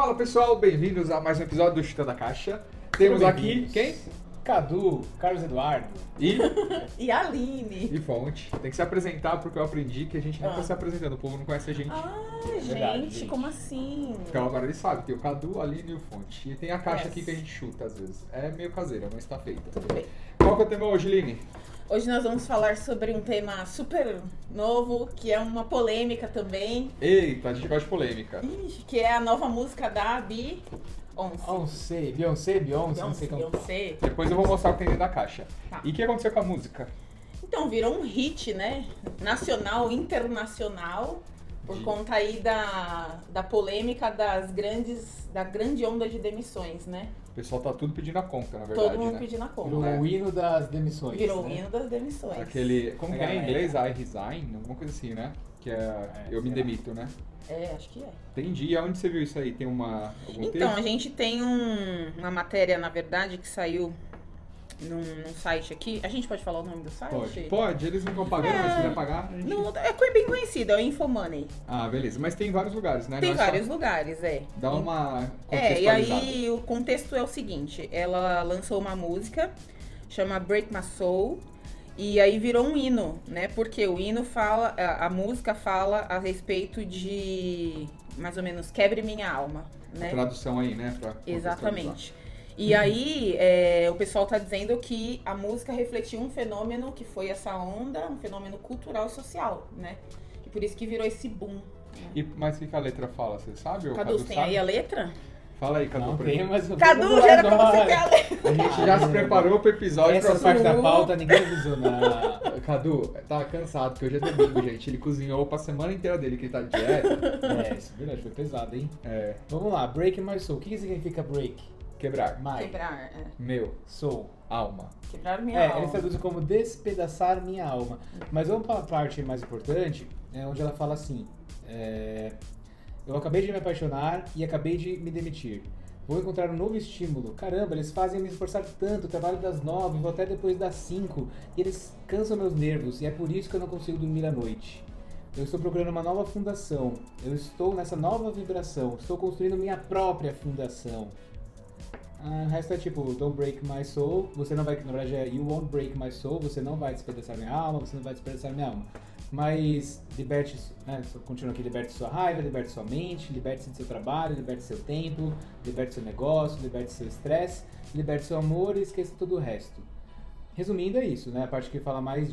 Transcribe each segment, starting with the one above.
Fala pessoal, bem-vindos a mais um episódio do Chutando a Caixa. Temos aqui quem? Cadu, Carlos Eduardo e Aline. E Fonte. Tem que se apresentar porque eu aprendi que a gente não tá se apresentando, o povo não conhece a gente. Gente, como assim? Então agora eles sabem, tem o Cadu, a Aline e o Fonte. E tem a caixa aqui que a gente chuta às vezes. É meio caseira, mas tá feita. Tudo bem. Qual que é o tema hoje, Aline? Hoje nós vamos falar sobre um tema super novo, que é uma polêmica também. Eita, a gente gosta de polêmica. Que é a nova música da Beyoncé. Beyoncé, não sei como. Beyoncé. Depois eu vou mostrar o que tem dentro da caixa. Tá. E o que aconteceu com a música? Então, virou um hit, né? Nacional, internacional, por conta aí da polêmica da grande onda de demissões, né? O pessoal tá tudo pedindo a conta, na verdade, Todo mundo né? pedindo a conta. Virou o hino das demissões. Virou o né? hino das demissões. Aquele, como que é em inglês? I resign? Alguma coisa assim, né? Que é eu me demito, né? É, acho que é. Entendi. E aonde você viu isso aí? Tem algum Então, texto? a gente tem uma matéria, na verdade, que saiu num site aqui. A gente pode falar o nome do site? Pode, eles não estão pagando, mas se quiser pagar, a gente... É bem conhecido, é o Infomoney. Ah, beleza. Mas tem vários lugares, né? Tem Não é vários só... lugares, é. Dá uma E contextualizada. aí o contexto é o seguinte, ela lançou uma música, chama Break My Soul, e aí virou um hino, né? Porque o hino fala, a música fala a respeito de, mais ou menos, quebre minha alma, né? A tradução aí, né? Pra Exatamente. E aí, o pessoal tá dizendo que a música refletiu um fenômeno que foi essa onda, um fenômeno cultural e social, né? E por isso que virou esse boom. Mas o que a letra fala, você sabe? Ou Cadu, tem sabe? aí a letra? Fala aí, Cadu. Não pra tem, gente. mas... Cadu, já era pra você ter a letra. A gente já se preparou pro episódio. Essa pra parte da pauta ninguém avisou na... Cadu, tá cansado, porque hoje é domingo, gente. Ele cozinhou pra semana inteira dele, que ele tá de dieta. Isso é verdade, foi pesado, hein? É, Vamos lá, Break My Soul. O que significa break? quebrar. My, Quebrar, Meu, soul. alma. quebrar minha alma. Eles traduzem como despedaçar minha alma. Mas vamos para a parte mais importante, onde ela fala assim: eu acabei de me apaixonar e acabei de me demitir. Vou encontrar um novo estímulo. Caramba, eles fazem me esforçar tanto, trabalho das 9, vou até depois das 5. E eles cansam meus nervos e é por isso que eu não consigo dormir à noite. Eu estou procurando uma nova fundação. Eu estou nessa nova vibração. Estou construindo minha própria fundação. O resto é tipo, don't break my soul. Você não vai, na verdade é you won't break my soul. Você não vai despedaçar minha alma, você não vai despedaçar minha alma. Mas liberte, continua aqui, liberte sua raiva, liberte sua mente, liberte-se do seu trabalho, liberte seu tempo, liberte seu negócio, liberte seu estresse, liberte seu amor e esqueça todo o resto. Resumindo é isso, né? A parte que fala mais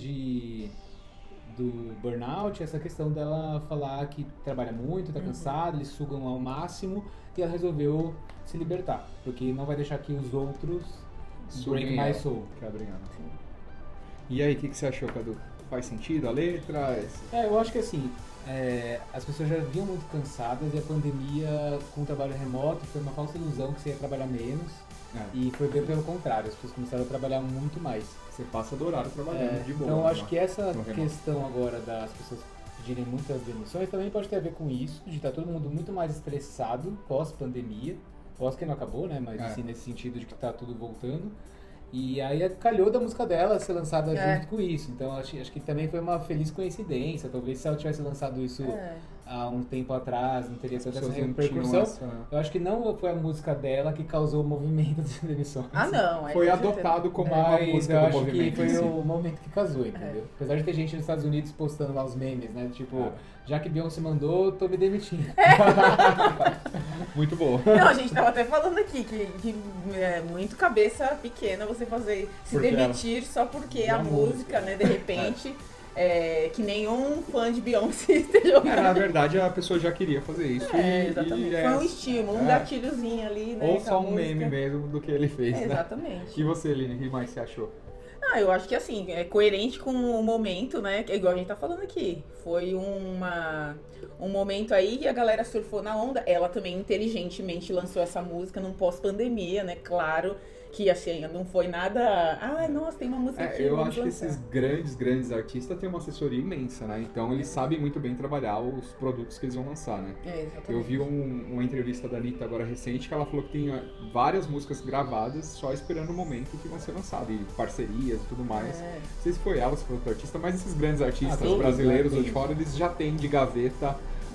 do burnout, essa questão dela falar que trabalha muito, tá cansada, eles sugam ao máximo e ela resolveu se libertar, porque não vai deixar que os outros break my soul. E aí, o que você achou, Cadu? Faz sentido a letra? Eu acho que assim, as pessoas já vinham muito cansadas e a pandemia com o trabalho remoto foi uma falsa ilusão que você ia trabalhar menos e foi bem pelo contrário, as pessoas começaram a trabalhar muito mais. Você passa do horário trabalhando de boa. Então eu acho que essa no remoto. questão agora das pessoas pedirem muitas demissões também pode ter a ver com isso, de estar todo mundo muito mais estressado pós-pandemia, pós que não acabou, né, mas assim, nesse sentido de que tá tudo voltando. E aí calhou da música dela ser lançada junto com isso. Então acho que também foi uma feliz coincidência. Talvez se ela tivesse lançado isso há um tempo atrás, não teria tanta essa repercussão. Eu acho que não foi a música dela que causou o movimento de demissões. Não. Foi adotado como uma música eu do acho movimento. que foi o momento que casou, entendeu? Apesar de ter gente nos Estados Unidos postando lá os memes, né? Tipo, já que Beyoncé mandou, tô me demitindo. Muito bom. Não, a gente tava até falando aqui que é muito cabeça pequena você se demitir só porque a música, né, de repente, que nenhum fã de Beyoncé esteja ouvindo. Na verdade, a pessoa já queria fazer isso. Exatamente. Foi um estímulo, um gatilhozinho ali, né? Ou só um meme mesmo do que ele fez, né? Exatamente. E você, Lina, o que mais você achou? Eu acho que assim, é coerente com o momento, né? Que é igual a gente tá falando aqui. Foi um momento aí que a galera surfou na onda. Ela também inteligentemente lançou essa música num pós-pandemia, né? Claro que assim, não foi nada... nossa, tem uma música aqui, eu vamos acho lançar. que esses grandes artistas têm uma assessoria imensa, né? Então eles sabem muito bem trabalhar os produtos que eles vão lançar, né? Exatamente. Eu vi uma entrevista da Anitta agora recente que ela falou que tem várias músicas gravadas só esperando o momento que vão ser lançadas, e parcerias e tudo mais. Não sei se foi ela, se foi outro artista, mas esses grandes artistas todos, brasileiros né? ou de fora, eles já têm de gaveta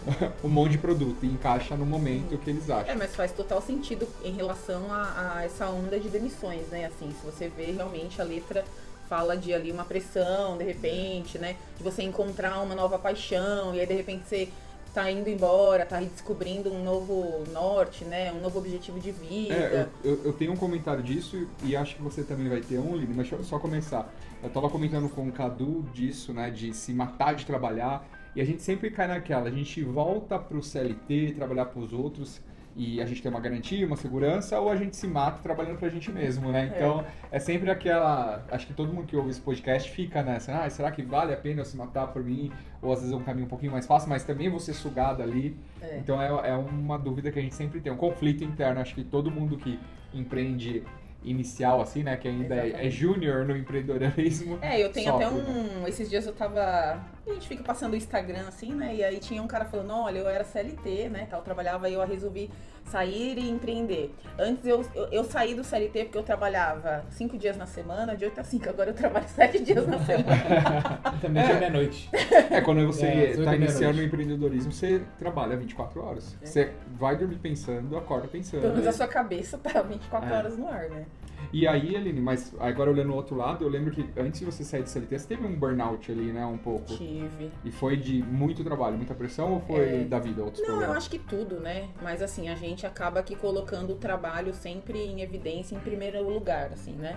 um monte de produto e encaixa no momento que eles acham. Mas faz total sentido em relação a essa onda de demissões, né? Assim, se você vê realmente a letra fala de ali uma pressão, de repente, né? De você encontrar uma nova paixão e aí de repente você tá indo embora, tá redescobrindo um novo norte, né? Um novo objetivo de vida. Eu tenho um comentário disso e acho que você também vai ter um, Lili, mas deixa eu só começar. Eu tava comentando com o Cadu disso, né? De se matar de trabalhar e a gente sempre cai naquela, a gente volta pro CLT, trabalhar pros outros e a gente tem uma garantia, uma segurança, ou a gente se mata trabalhando pra gente mesmo, né? Então, é sempre aquela... Acho que todo mundo que ouve esse podcast fica nessa, será que vale a pena eu se matar por mim? Ou às vezes é um caminho um pouquinho mais fácil, mas também vou ser sugado ali. Então, é uma dúvida que a gente sempre tem, um conflito interno. Acho que todo mundo que empreende inicial, assim, né? Que ainda é júnior no empreendedorismo. Eu tenho sofre, até né? Esses dias eu tava... A gente fica passando o Instagram, assim, né? E aí tinha um cara falando, olha, eu era CLT, né? Eu trabalhava e eu resolvi sair e empreender. Antes eu saí do CLT porque eu trabalhava 5 dias na semana, de 8 a 5. Agora eu trabalho 7 dias na semana. Também é meia-noite. Quando você está iniciando o meia-noite. empreendedorismo, você trabalha 24 horas. Você vai dormir pensando, acorda pensando. Pelo menos a sua cabeça tá 24 horas no ar, né? E aí, Aline, mas agora olhando o outro lado, eu lembro que antes de você sair do CLT, você teve um burnout ali, né, um pouco. Tive. E foi de muito trabalho, muita pressão ou foi da vida, outros Não, eu problemas? acho que tudo, né? Mas assim, a gente acaba aqui colocando o trabalho sempre em evidência, em primeiro lugar, assim, né?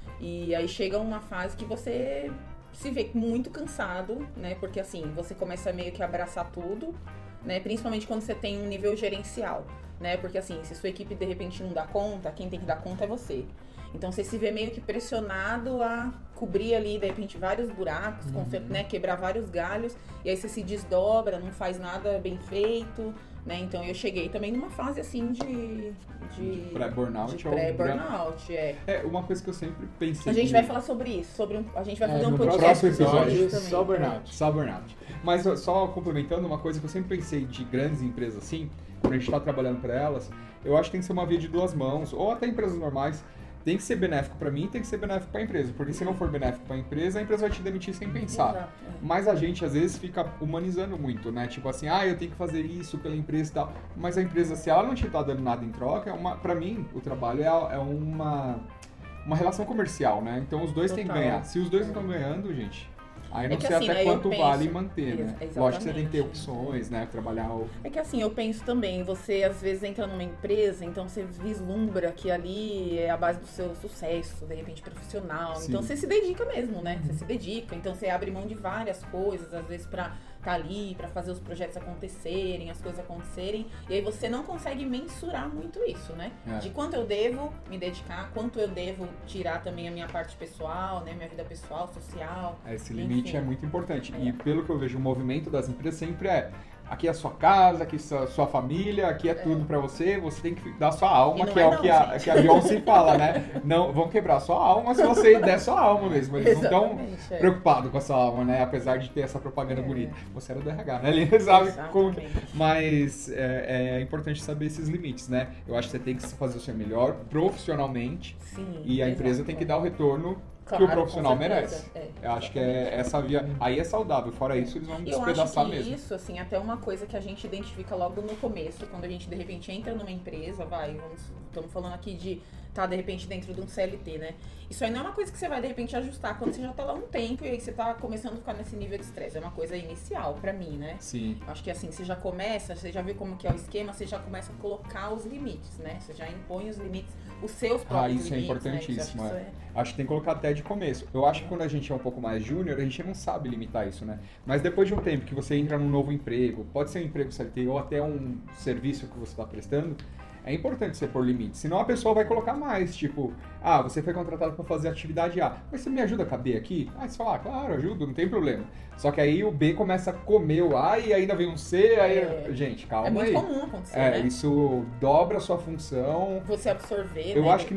E aí chega uma fase que você se vê muito cansado, né? Porque assim, você começa meio que a abraçar tudo, né? Principalmente quando você tem um nível gerencial, né? Porque assim, se sua equipe de repente não dá conta, quem tem que dar conta é você. Então você se vê meio que pressionado a cobrir ali, de repente, vários buracos, né, quebrar vários galhos, e aí você se desdobra, não faz nada bem feito, né? Então eu cheguei também numa fase assim de pré-burnout. de pré-burnout, uma coisa que eu sempre pensei... A gente vai falar sobre isso, a gente vai fazer um no podcast próximo sobre episódio, isso também. só burnout. Só burnout. Mas só complementando, uma coisa que eu sempre pensei de grandes empresas assim, quando a gente está trabalhando para elas, eu acho que tem que ser uma via de duas mãos, ou até empresas normais, tem que ser benéfico para mim, tem que ser benéfico para a empresa, porque se não for benéfico para a empresa vai te demitir sem pensar. Exato, Mas a gente às vezes fica humanizando muito, né? Tipo assim, eu tenho que fazer isso pela empresa e tal. Mas a empresa, se ela não te tá dando nada em troca, para mim o trabalho é uma relação comercial, né? Então os dois têm que ganhar. Se os dois não estão ganhando, gente, aí não sei assim, até né, quanto eu vale penso- manter, né? Exatamente. Lógico que você tem que ter opções, né? Trabalhar É que assim, eu penso também, você às vezes entra numa empresa, então você vislumbra que ali é a base do seu sucesso, de repente profissional. Sim. Então você se dedica mesmo, né? Você se dedica, então você abre mão de várias coisas, às vezes pra estar ali, pra fazer os projetos acontecerem, as coisas acontecerem. E aí você não consegue mensurar muito isso, né? De quanto eu devo me dedicar, quanto eu devo tirar também a minha parte pessoal, né? Minha vida pessoal, social. Esse limite enfim. é muito importante. E pelo que eu vejo, o movimento das empresas sempre aqui é a sua casa, aqui é a sua família, aqui é tudo pra você tem que dar sua alma, E não que é é o não, que a Beyoncé fala, né? Não, vão quebrar sua alma se você der sua alma mesmo. Eles não estão Exatamente, preocupados com a sua alma, né? Apesar de ter essa propaganda bonita. Você era do RH, né? Ele sabe como... Exatamente. Mas é importante saber esses limites, né? Eu acho que você tem que fazer o seu melhor profissionalmente Sim, e a empresa exato. tem que dar o retorno que Claro, o profissional com certeza. merece. Eu acho que é essa via. Aí é saudável, fora isso eles vão Eu acho despedaçar que mesmo. isso, assim, até uma coisa que a gente identifica logo no começo, quando a gente de repente entra numa empresa, estamos falando aqui de de repente dentro de um CLT, né? Isso aí não é uma coisa que você vai de repente ajustar quando você já tá lá um tempo e aí você tá começando a ficar nesse nível de estresse. É uma coisa inicial pra mim, né? Sim. Acho que assim, você já começa, você já vê como que é o esquema, você já começa a colocar os limites, né? Você já impõe os limites, os seus próprios Isso é limites, importantíssimo. né? Isso Acho que tem que colocar até de começo. Eu acho que quando a gente é um pouco mais júnior, a gente não sabe limitar isso, né? Mas depois de um tempo que você entra num novo emprego, pode ser um emprego CLT ou até um serviço que você está prestando, é importante você pôr limite. Senão a pessoa vai colocar mais, tipo, você foi contratado para fazer atividade A, mas você me ajuda com a B aqui? Você fala, claro, ajudo, não tem problema. Só que aí o B começa a comer o A e ainda vem um C, aí... Gente, calma aí. É muito comum acontecer, né? Isso dobra a sua função. Você absorver, Eu né? acho que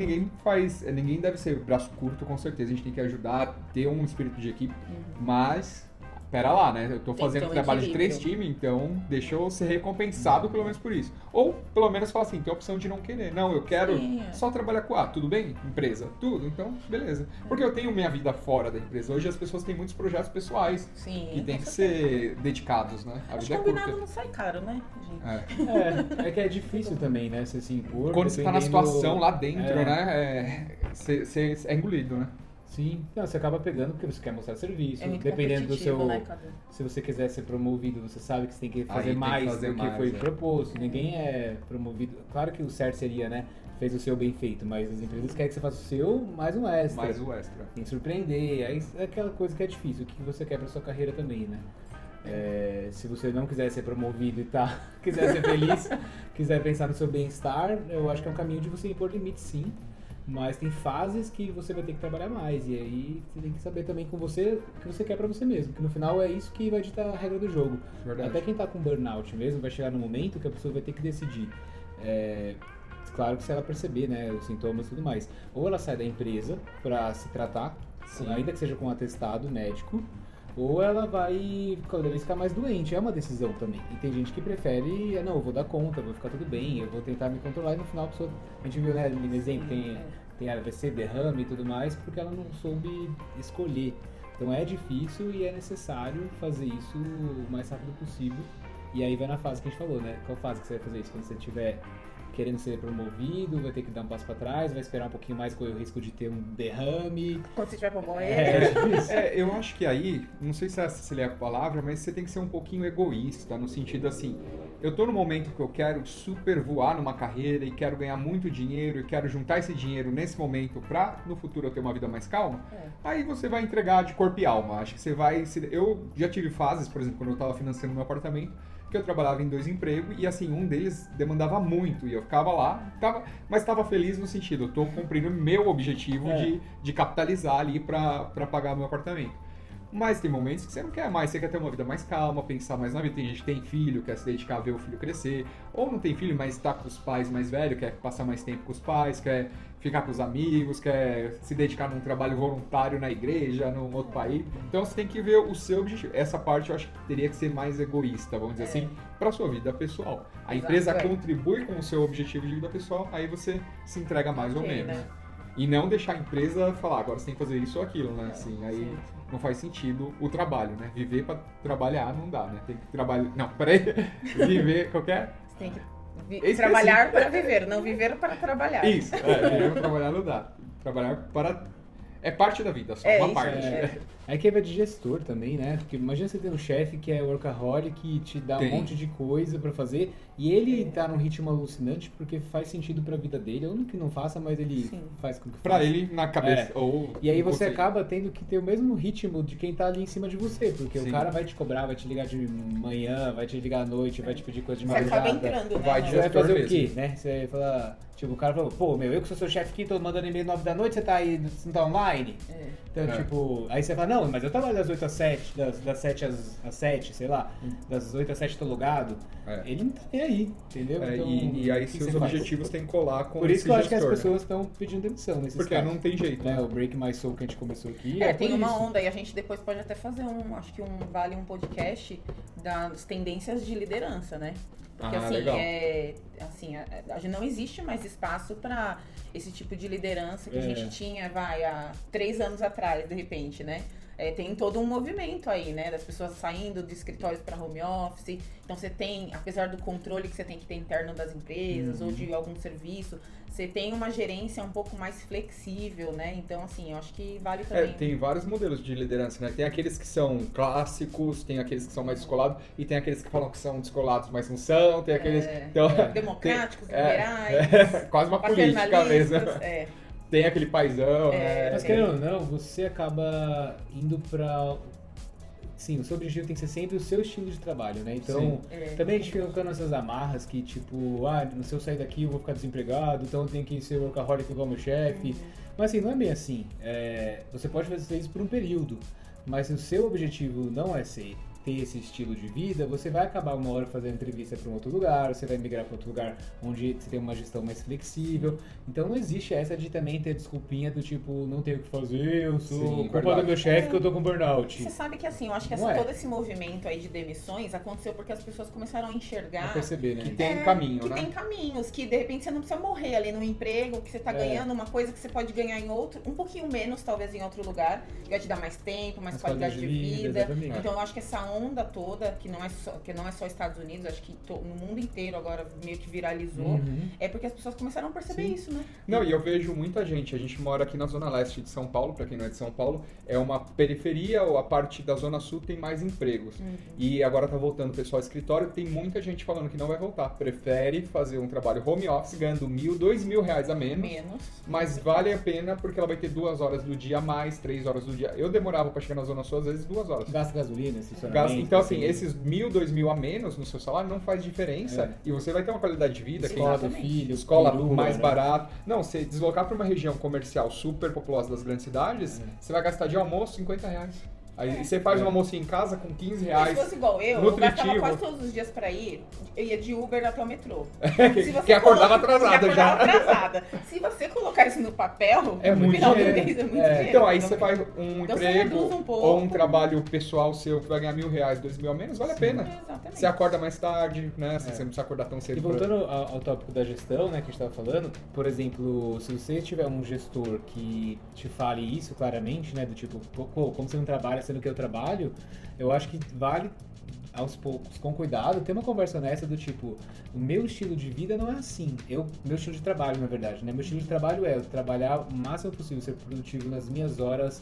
ninguém deve ser braço curto, com certeza. A gente tem que ajudar, ter um espírito de equipe, mas pera lá, né? Eu tô Tem que fazendo ter um trabalho de 3 equilíbrio. times, então deixa eu ser recompensado pelo menos por isso. Ou pelo menos falar assim, tem a opção de não querer. Não, eu quero Sim, é. só trabalhar com A, tudo bem? Empresa, tudo, então beleza. Porque eu tenho minha vida fora da empresa. Hoje as pessoas têm muitos projetos pessoais Sim, que tem com que certeza. ser dedicados, né? A Mas vida é combinado curta. não sai caro, né, gente? É. É que é difícil também, né? Você se impor. Quando você tá na dependendo- situação lá dentro, É. né? Você é engolido, né? Sim, não, você acaba pegando porque você quer mostrar serviço. É muito Dependendo do competitivo, seu. né, Cadu? Se você quiser ser promovido, você sabe que você tem que fazer tem que mais fazer do que mais, foi é. proposto. Ninguém é promovido. Claro que o certo seria, né? Fez o seu bem feito, mas as empresas querem que você faça o seu mais um extra. Mais o extra. Tem que surpreender. Aí é aquela coisa que é difícil. O que você quer pra sua carreira também, né? Se você não quiser ser promovido e tá, quiser ser feliz, quiser pensar no seu bem-estar, eu acho que é um caminho de você impor limites, sim. Mas tem fases que você vai ter que trabalhar mais. E aí você tem que saber também com você o que você quer pra você mesmo. Que no final é isso que vai ditar a regra do jogo. Verdade. Até quem tá com burnout mesmo vai chegar no momento que a pessoa vai ter que decidir. Claro que se ela perceber, né, os sintomas e tudo mais. Ou ela sai da empresa pra se tratar, Sim. ainda que seja com um atestado médico, ou ela vai cada vez ficar mais doente. É uma decisão também. E tem gente que prefere, não, eu vou dar conta, vou ficar tudo bem, eu vou tentar me controlar. E no final a pessoa, a gente viu, né, no exemplo, tem AVC, derrame e tudo mais, porque ela não soube escolher. Então é difícil e é necessário fazer isso o mais rápido possível. E aí vai na fase que a gente falou, né? Qual fase que você vai fazer isso? Quando você estiver querendo ser promovido, vai ter que dar um passo pra trás, vai esperar um pouquinho mais, correr o risco de ter um derrame. Quando você tiver pra morrer. É difícil. Eu acho que aí, não sei se essa seria a palavra, mas você tem que ser um pouquinho egoísta, no sentido assim, eu tô no momento que eu quero super voar numa carreira e quero ganhar muito dinheiro e quero juntar esse dinheiro nesse momento pra no futuro eu ter uma vida mais calma, aí você vai entregar de corpo e alma. Acho que você vai... Eu já tive fases, por exemplo, quando eu tava financiando meu apartamento, que eu trabalhava em 2 empregos e assim, um deles demandava muito e eu ficava lá, mas estava feliz no sentido, eu tô cumprindo meu objetivo de capitalizar ali pra pagar meu apartamento. Mas tem momentos que você não quer mais, você quer ter uma vida mais calma, pensar mais na vida. Tem gente que tem filho, quer se dedicar a ver o filho crescer, ou não tem filho, mas tá com os pais mais velhos, quer passar mais tempo com os pais, quer ficar com os amigos, quer se dedicar num trabalho voluntário na igreja, num outro país. Então você tem que ver o seu objetivo. Essa parte eu acho que teria que ser mais egoísta, vamos dizer assim, para sua vida pessoal. A empresa contribui com o seu objetivo de vida pessoal, aí você se entrega mais ou menos. Né? E não deixar a empresa falar, agora você tem que fazer isso ou aquilo, né? Assim, aí não faz sentido o trabalho, né? Viver para trabalhar não dá, né? Tem que trabalhar... Não, peraí. Viver qualquer... Você tem que trabalhar para viver, não viver para trabalhar. Isso, viver para trabalhar não dá. Trabalhar para... É parte da vida, só uma parte. É que vai de gestor também, né? Porque imagina você ter um chefe que é workaholic e te dá um monte de coisa pra fazer e ele tá num ritmo alucinante porque faz sentido pra vida dele. Ou não que não faça, mas ele faz com que pra ele na cabeça. E aí você acaba tendo que ter o mesmo ritmo de quem tá ali em cima de você, porque o cara vai te cobrar, vai te ligar de manhã, vai te ligar à noite, vai te pedir coisa de madrugada. Você acaba entrando, né? Você vai fazer o quê, né? Você vai falar... Tipo, o cara falou, pô, eu que sou seu chefe aqui, tô mandando e-mail 9 da noite, você tá aí, você não tá online? Então, tipo, aí você fala, não, mas eu trabalho das 8 às 7, das 7 às 7, sei lá, das 8 às 7 tô logado. Ele não tá nem aí, entendeu? Então, e aí seus objetivos tem que colar com por isso que eu acho que as gestor, pessoas estão pedindo demissão nesses porque casos. não tem jeito, né? O Break My Soul que a gente começou aqui. Tem uma onda e a gente depois pode até fazer um podcast das tendências de liderança, né? Porque legal. Não existe mais espaço para esse tipo de liderança que a gente tinha, há 3 anos atrás, de repente, né? Tem todo um movimento aí, né? Das pessoas saindo de escritórios para home office. Então você tem, apesar do controle que você tem que ter interno das empresas ou de algum serviço, você tem uma gerência um pouco mais flexível, né? Então, assim, eu acho que vale também. Tem vários modelos de liderança, né? Tem aqueles que são clássicos, tem aqueles que são mais descolados, e tem aqueles que falam que são descolados, mas não são, tem aqueles... democráticos, liberais, quase uma política mesmo. Tem aquele paizão, Mas querendo ou não, você acaba indo pra... Sim, o seu objetivo tem que ser sempre o seu estilo de trabalho, né? Então, também a gente fica colocando essas amarras que, tipo, se eu sair daqui eu vou ficar desempregado, então eu tenho que ser workaholic igual meu chefe. Mas assim, não é bem assim. Você pode fazer isso por um período, mas se o seu objetivo não é ser ter esse estilo de vida, você vai acabar uma hora fazendo entrevista para um outro lugar, você vai migrar para outro lugar onde você tem uma gestão mais flexível. Então não existe essa de também ter desculpinha do tipo, não tenho o que fazer, eu sou culpa do meu chefe que eu tô com burnout. Você sabe que assim, eu acho que todo esse movimento aí de demissões aconteceu porque as pessoas começaram a enxergar... A perceber, né? Que tem caminho, que né? tem caminhos, que de repente você não precisa morrer ali no emprego, que você tá ganhando uma coisa que você pode ganhar em outro, um pouquinho menos talvez em outro lugar, que vai te dar mais tempo, mais qualidade de vida. Então eu acho que essa onda toda, que não é só Estados Unidos, acho que no mundo inteiro agora meio que viralizou, é porque as pessoas começaram a perceber isso, né? Não, e eu vejo muita gente, a gente mora aqui na Zona Leste de São Paulo, pra quem não é de São Paulo, é uma periferia, ou a parte da Zona Sul tem mais empregos. E agora tá voltando o pessoal ao escritório, tem muita gente falando que não vai voltar, prefere fazer um trabalho home office, ganhando R$1.000, R$2.000 a menos, mas vale a pena porque ela vai ter 2 horas do dia a mais, 3 horas do dia. Eu demorava pra chegar na Zona Sul, às vezes 2 horas. Gasta gasolina, estacionamento. Então assim, esses R$1.000, R$2.000 a menos no seu salário não faz diferença e você vai ter uma qualidade de vida. Escola do filho, escola mais barato. Não, você deslocar pra uma região comercial super populosa das grandes cidades, você vai gastar de almoço R$50. Aí você faz uma almoço em casa com R$15. Se fosse igual eu gastava quase todos os dias pra ir, eu ia de Uber até o metrô. Que acordava atrasada já. Se você colocar isso no papel, é muito dinheiro. Então aí você faz um emprego ou um trabalho pessoal seu que vai ganhar R$1.000, R$2.000 a menos, vale a pena. Exatamente. Você acorda mais tarde, né? Você não precisa acordar tão cedo. E voltando ao tópico da gestão, né, que a gente estava falando, por exemplo, se você tiver um gestor que te fale isso claramente, né, do tipo, como você não trabalha sendo que eu trabalho, eu acho que vale aos poucos, com cuidado, ter uma conversa honesta do tipo, o meu estilo de vida não é assim, meu estilo de trabalho, na verdade, né? Meu estilo de trabalho é eu trabalhar o máximo possível, ser produtivo nas minhas horas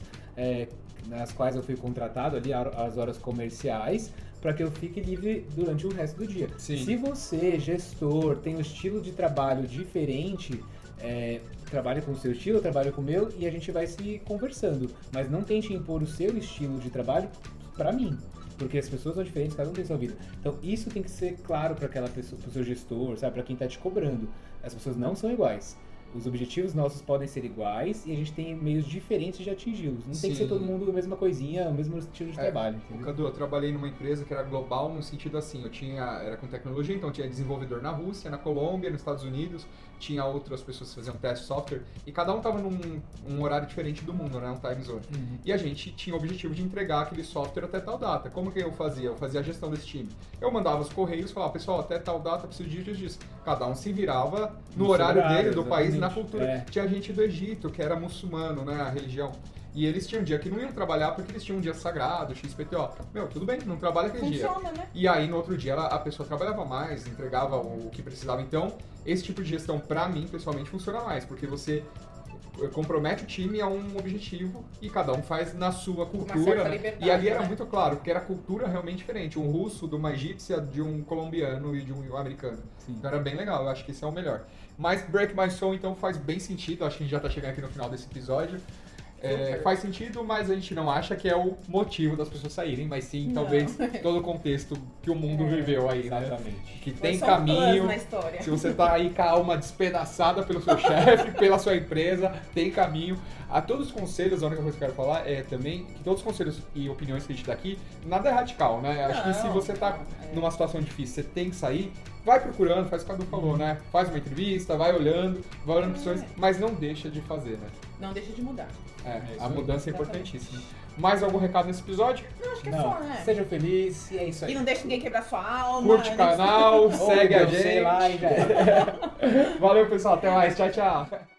nas quais eu fui contratado, ali as horas comerciais, para que eu fique livre durante o resto do dia. Sim. Se você, gestor, tem um estilo de trabalho diferente, trabalha com o seu estilo, eu trabalho com o meu e a gente vai se conversando. Mas não tente impor o seu estilo de trabalho para mim. Porque as pessoas são diferentes, cada um tem sua vida. Então isso tem que ser claro para aquela pessoa, para o seu gestor, sabe, para quem está te cobrando. As pessoas não são iguais. Os objetivos nossos podem ser iguais e a gente tem meios diferentes de atingi-los. Não tem que ser todo mundo a mesma coisinha, o mesmo estilo de trabalho. Cadu, eu trabalhei numa empresa que era global no sentido assim, era com tecnologia, então tinha desenvolvedor na Rússia, na Colômbia, nos Estados Unidos, tinha outras pessoas que faziam teste de software e cada um estava num horário diferente do mundo, né, um time zone. E a gente tinha o objetivo de entregar aquele software até tal data. Como que eu fazia? Eu fazia a gestão desse time. Eu mandava os correios, falava, pessoal, até tal data preciso disso. Cada um se virava no horário dele, do país, na cultura. Tinha gente do Egito, que era muçulmano, né, a religião. E eles tinham um dia que não iam trabalhar porque eles tinham um dia sagrado, XPTO. Meu, tudo bem, não trabalha aquele dia. Né? E aí, no outro dia, a pessoa trabalhava mais, entregava o que precisava. Então, esse tipo de gestão, pra mim, pessoalmente, funciona mais. Porque você compromete o time a um objetivo e cada um faz na sua cultura. Né? E ali era muito claro, porque era cultura realmente diferente. Um russo, de uma egípcia, de um colombiano e de um americano. Sim. Então era bem legal, eu acho que esse é o melhor. Mas Break My Soul, então, faz bem sentido. Acho que a gente já tá chegando aqui no final desse episódio. Faz sentido, mas a gente não acha que é o motivo das pessoas saírem, mas sim, talvez, todo o contexto que o mundo viveu aí, exatamente. Né? Que tem caminho, se você tá aí com a alma despedaçada pelo seu chefe, pela sua empresa, tem caminho. A todos os conselhos, a única coisa que eu quero falar é também que todos os conselhos e opiniões que a gente dá aqui, nada é radical, né? Acho que se você tá numa situação difícil, você tem que sair, vai procurando, faz o que o Cadu falou, né? Faz uma entrevista, vai olhando opções, mas não deixa de fazer, né? Não deixa de mudar. A mudança é importantíssima. Mais algum recado nesse episódio? Não, acho que é só, né? Seja feliz e é isso aí. E não deixa ninguém quebrar sua alma. Curte o canal, segue a gente. Sei lá e já é. Valeu, pessoal. Até mais. Tchau, tchau.